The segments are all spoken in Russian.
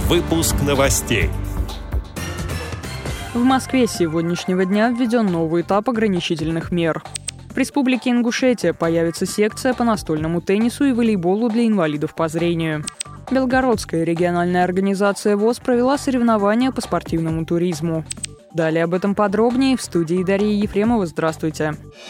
Выпуск новостей. В Москве с сегодняшнего дня введен новый этап ограничительных мер. В Республике Ингушетия появится секция по настольному теннису и волейболу для инвалидов по зрению. Белгородская региональная организация ВОС провела соревнования по спортивному туризму. Далее об этом подробнее в студии Дарьи Ефремова. Здравствуйте.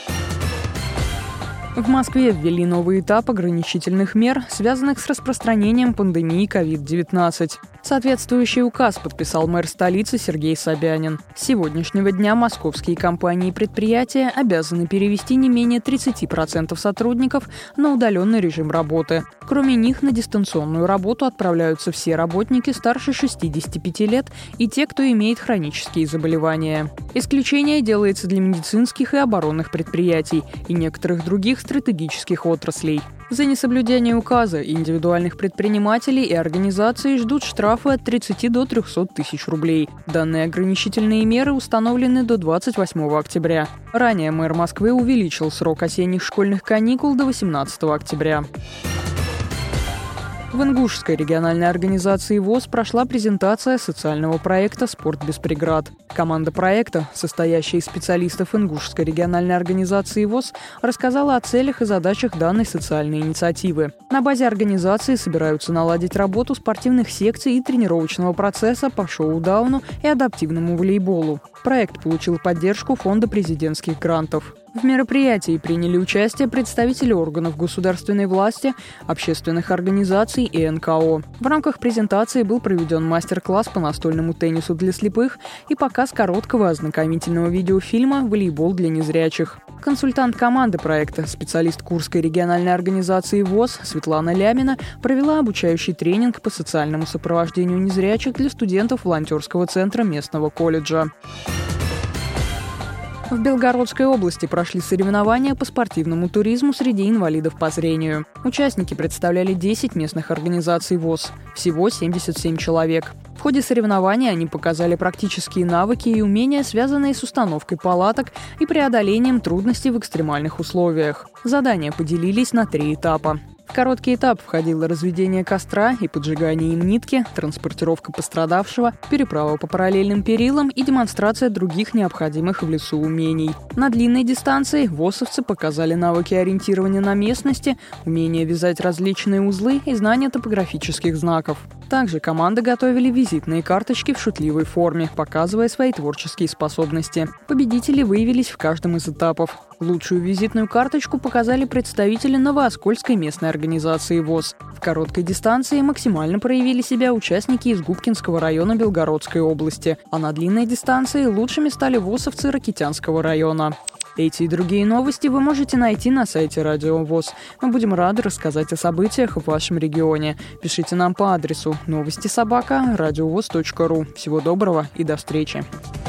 В Москве ввели новый этап ограничительных мер, связанных с распространением пандемии COVID-19. Соответствующий указ подписал мэр столицы Сергей Собянин. С сегодняшнего дня московские компании и предприятия обязаны перевести не менее 30% сотрудников на удаленный режим работы. Кроме них, на дистанционную работу отправляются все работники старше 65 лет и те, кто имеет хронические заболевания. Исключение делается для медицинских и оборонных предприятий и некоторых других стратегических отраслей. За несоблюдение указа индивидуальных предпринимателей и организаций ждут штрафы от 30 до 300 тысяч рублей. Данные ограничительные меры установлены до 28 октября. Ранее мэр Москвы увеличил срок осенних школьных каникул до 18 октября. В Ингушской региональной организации ВОС прошла презентация социального проекта «Спорт без преград». Команда проекта, состоящая из специалистов Ингушской региональной организации ВОС, рассказала о целях и задачах данной социальной инициативы. На базе организации собираются наладить работу спортивных секций и тренировочного процесса по шоу-дауну и адаптивному волейболу. Проект получил поддержку Фонда президентских грантов. В мероприятии приняли участие представители органов государственной власти, общественных организаций и НКО. В рамках презентации был проведен мастер-класс по настольному теннису для слепых и показ короткого ознакомительного видеофильма «Волейбол для незрячих». Консультант команды проекта, специалист Курской региональной организации ВОС Светлана Лямина провела обучающий тренинг по социальному сопровождению незрячих для студентов волонтерского центра местного колледжа. В Белгородской области прошли соревнования по спортивному туризму среди инвалидов по зрению. Участники представляли 10 местных организаций ВОС, всего 77 человек. В ходе соревнований они показали практические навыки и умения, связанные с установкой палаток и преодолением трудностей в экстремальных условиях. Задания поделились на 3 этапа. В короткий этап входило разведение костра и поджигание им нитки, транспортировка пострадавшего, переправа по параллельным перилам и демонстрация других необходимых в лесу умений. На длинной дистанции ВОСовцы показали навыки ориентирования на местности, умение вязать различные узлы и знание топографических знаков. Также команды готовили визитные карточки в шутливой форме, показывая свои творческие способности. Победители выявились в каждом из этапов. Лучшую визитную карточку показали представители Новооскольской местной организации ВОС. В короткой дистанции максимально проявили себя участники из Губкинского района Белгородской области, а на длинной дистанции лучшими стали ВОСовцы Ракитянского района. Эти и другие новости вы можете найти на сайте Радио ВОС. Мы будем рады рассказать о событиях в вашем регионе. Пишите нам по адресу новости@радиовос.ру. Всего доброго и до встречи.